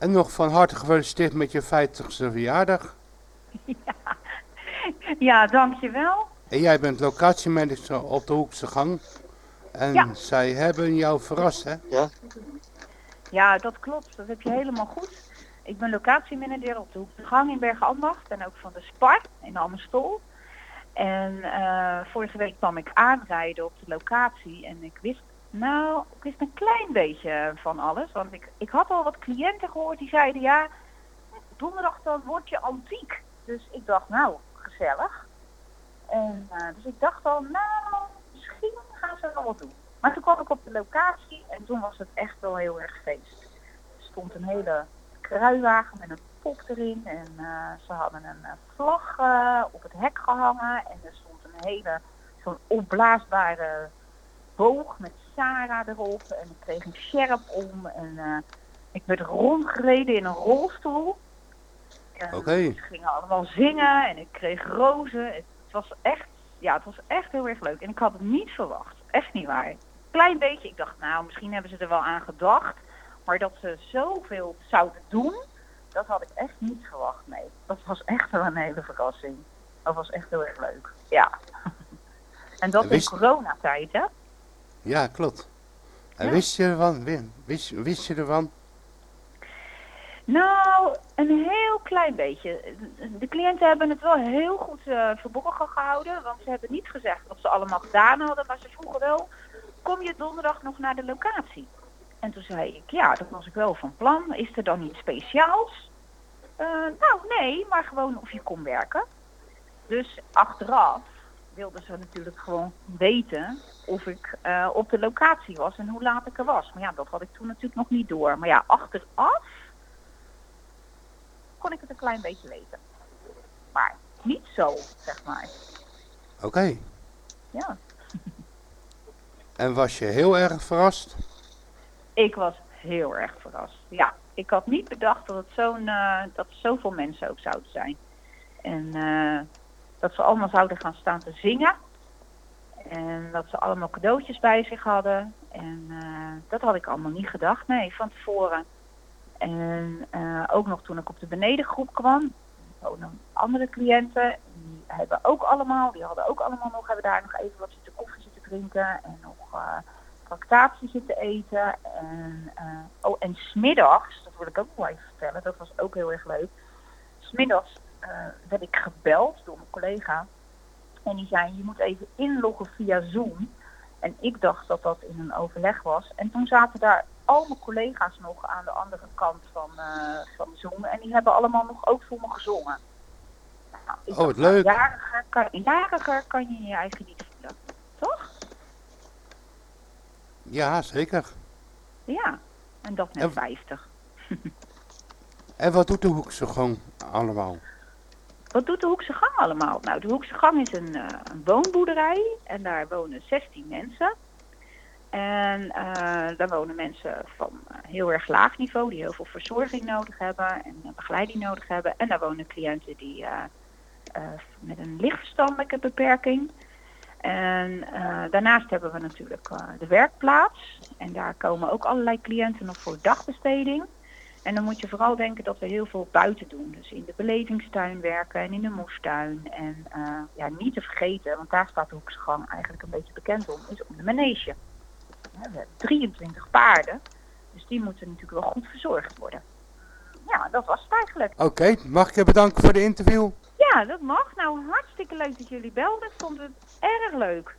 En nog van harte gefeliciteerd met je 50ste verjaardag. Ja, ja, dankjewel. En jij bent locatiemanager op de Hoekse Gang. Ja, En zij hebben jou verrast, hè? Ja, ja, dat klopt. Dat heb je helemaal goed. Ik ben locatiemanager op de Hoek de Gang in Bergambacht en ook van de Spar in Amstel. En vorige week kwam ik aanrijden op de locatie en ik wist een klein beetje van alles. Want ik had al wat cliënten gehoord die zeiden, ja, donderdag dan word je antiek. Dus ik dacht, nou, gezellig. En dus ik dacht al, nou, misschien gaan ze wel wat doen. Maar toen kwam ik op de locatie en toen was het echt wel heel erg feest. Er stond een hele kruiwagen met een pop erin en ze hadden een vlag op het hek gehangen en er stond zo'n opblaasbare boog met Sarah erop en ik kreeg een sjerp om en ik werd rondgereden in een rolstoel. En Oké. ze gingen allemaal zingen en ik kreeg rozen. Het was echt heel erg leuk. En ik had het niet verwacht. Echt niet waar. Klein beetje. Ik dacht, nou, misschien hebben ze er wel aan gedacht. Maar dat ze zoveel zouden doen, dat had ik echt niet verwacht. Nee, dat was echt wel een hele verrassing. Dat was echt heel erg leuk. Ja. En dat En in coronatijd, hè? Ja, klopt. En Ja. wist je ervan? Wist je ervan? Nou, een heel klein beetje. De cliënten hebben het wel heel goed verborgen gehouden. Want ze hebben niet gezegd wat ze allemaal gedaan hadden. Maar ze vroegen wel, kom je donderdag nog naar de locatie? En toen zei ik, ja, dat was ik wel van plan. Is er dan iets speciaals? Nou, nee, maar gewoon of je kon werken. Dus achteraf wilden ze natuurlijk gewoon weten of ik op de locatie was en hoe laat ik er was. Maar ja, dat had ik toen natuurlijk nog niet door. Maar ja, achteraf kon ik het een klein beetje weten. Maar niet zo, zeg maar. Oké. Ja. En was je heel erg verrast? Ik was heel erg verrast. Ja, ik had niet bedacht dat dat zoveel mensen ook zouden zijn. En dat ze allemaal zouden gaan staan te zingen. En dat ze allemaal cadeautjes bij zich hadden. En dat had ik allemaal niet gedacht, nee, van tevoren. En ook nog toen ik op de benedengroep kwam, wonen andere cliënten, die hadden ook allemaal nog, hebben daar nog even wat zitten koffie zitten drinken en nog tractatie zitten eten. En 'smiddags, dat wil ik ook wel even vertellen, dat was ook heel erg leuk. 'Smiddags werd ik gebeld door mijn collega en die zei, je moet even inloggen via Zoom. En ik dacht dat dat in een overleg was. En toen zaten daar al mijn collega's nog aan de andere kant van Zoom. En die hebben allemaal nog ook voor me gezongen. Nou, ik Oh, wat dacht, nou, leuk. jariger kan je je eigen niet voelen. Toch? Ja, zeker. Ja. En dat En, met 50. en wat doet de Hoekse Gang allemaal? Wat doet de Hoekse Gang allemaal? Nou, de Hoekse Gang is een woonboerderij. En daar wonen 16 mensen. En daar wonen mensen van heel erg laag niveau, die heel veel verzorging nodig hebben en begeleiding nodig hebben. En daar wonen cliënten die met een lichtverstandelijke beperking. En daarnaast hebben we natuurlijk de werkplaats. En daar komen ook allerlei cliënten nog voor dagbesteding. En dan moet je vooral denken dat we heel veel buiten doen. Dus in de belevingstuin werken en in de moestuin. En ja, niet te vergeten, want daar staat de Hoekse Gang eigenlijk een beetje bekend om, is om de manege. We hebben 23 paarden, dus die moeten natuurlijk wel goed verzorgd worden. Ja, dat was het eigenlijk. Oké, mag ik je bedanken voor de interview? Ja, dat mag. Nou, hartstikke leuk dat jullie belden. Ik vond het erg leuk.